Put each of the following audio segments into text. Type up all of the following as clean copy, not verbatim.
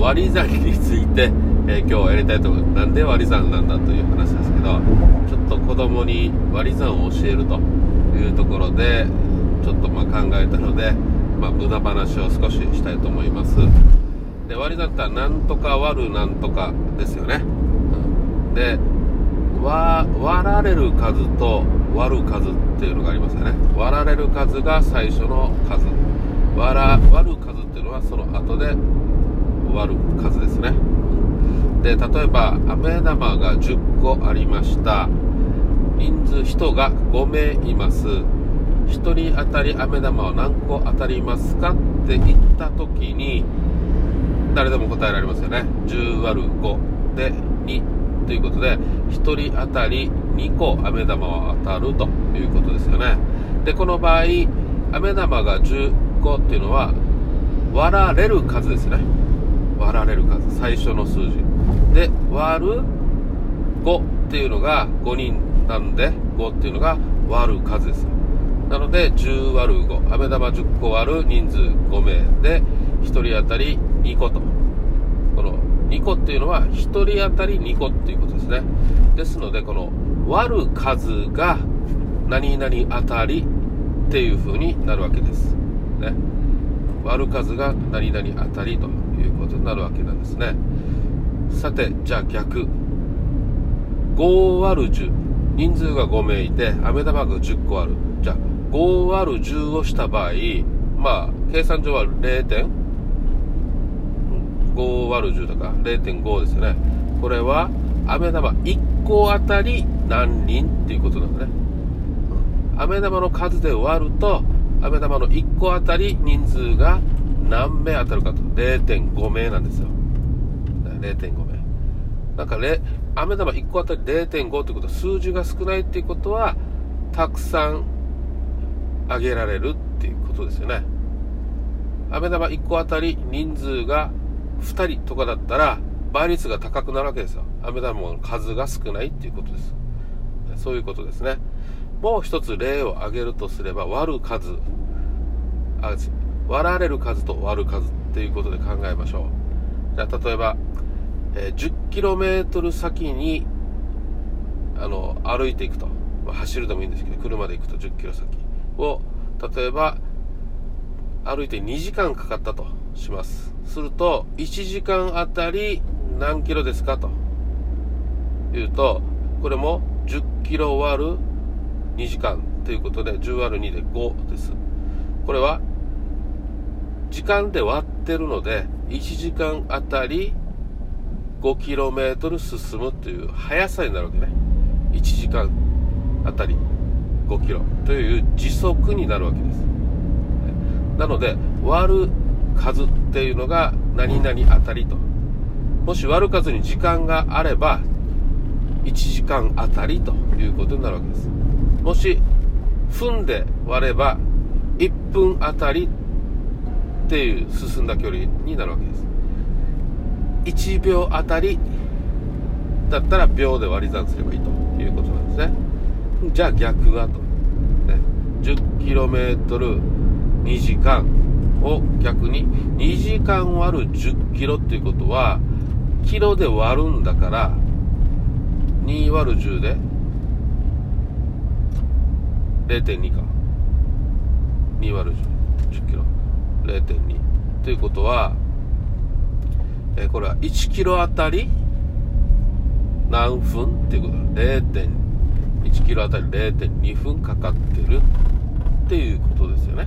割り算について、今日やりたいと思います。なんで割り算なんだという話ですけど、ちょっと子供に割り算を教えるというところでちょっと考えたので、無駄話を少ししたいと思います。で、割り算ってなんとか割るなんとかですよね。で、割られる数と割る数っていうのがありますよね。割られる数が最初の数、割る数っていうのはその後で割る数ですね。で、例えば飴玉が10個ありました。人が5名います。1人当たり飴玉は何個当たりますかって言った時に誰でも答えられますよね。10割る5で2ということで、1人当たり2個飴玉は当たるということですよね。で、この場合飴玉が10個っていうのは割られる数ですね。割られる数、最初の数字で、割る5っていうのが5人なんで、5っていうのが割る数です。なので10割る5、飴玉10個割る人数5名で1人当たり2個と、この2個っていうのは1人当たり2個っていうことですね。ですので、この割る数が何々当たりっていう風になるわけですね。割る数が何々当たりということになるわけなんですね。さて、じゃあ逆、5割る10、人数が5名いて飴玉が10個ある。じゃあ5割る10をした場合、計算上は 0.5 割る10だから 0.5 ですよね。これは飴玉1個あたり何人っていうことなんだね。飴玉の数で割ると、飴玉の1個あたり人数が何名当たるかと、 0.5 名なんですよ。 0.5 名なんか飴玉1個あたり 0.5 ということは、数字が少ないっていうことはたくさんあげられるっていうことですよね。飴玉1個あたり人数が2人とかだったら倍率が高くなるわけですよ。飴玉の数が少ないっていうことです。そういうことですね。もう一つ例を挙げるとすれば、割られる数と割る数っていうことで考えましょう。じゃあ例えば、10km 先に歩いていくと、走るでもいいんですけど、車で行くと 10km 先を例えば歩いて2時間かかったとします。すると1時間あたり何キロですかというと、これも10キロ割る2時間ということで、10割る2で5です。これは時間で割ってるので、1時間あたり 5km 進むという速さになるわけね。1時間あたり5キロという時速になるわけです。なので割る数っていうのが何々あたりと、もし割る数に時間があれば1時間あたりということになるわけです。もし分で割れば1分あたりっていう進んだ距離になるわけです。1秒あたりだったら秒で割り算すればいいということなんですね。じゃあ逆はと、10km2 時間を逆に2時間割る10キロっていうことは、キロで割るんだから2割る10で 0.2 か、2割る10キロ 0.2 ということは、これは1キロあたり何分っていうことだ。1キロあたり 0.2 分かかってるっていうことですよね。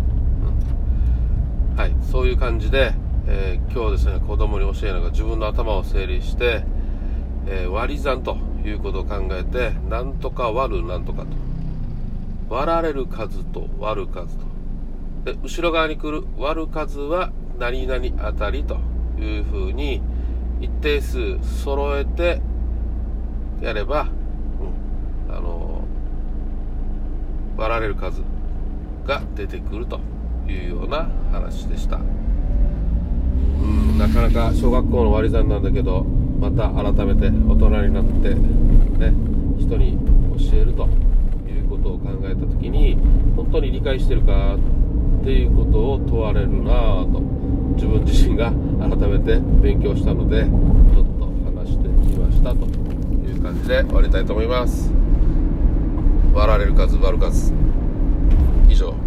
はい、そういう感じで、今日ですね、子供に教えながら自分の頭を整理して、割り算ということを考えて、なんとか割るなんとかと、割られる数と割る数と、で後ろ側に来る割る数は何々あたりというふうに一定数揃えてやれば、割られる数が出てくるというような話でした。なかなか小学校の割り算なんだけど、また改めて大人になってね、人に教えるということを考えたときに、本当に理解してるかっていうことを問われるなぁと自分自身がが改めて勉強したので、ちょっと話してみましたという感じで終わりたいと思います。割られる数割る数以上。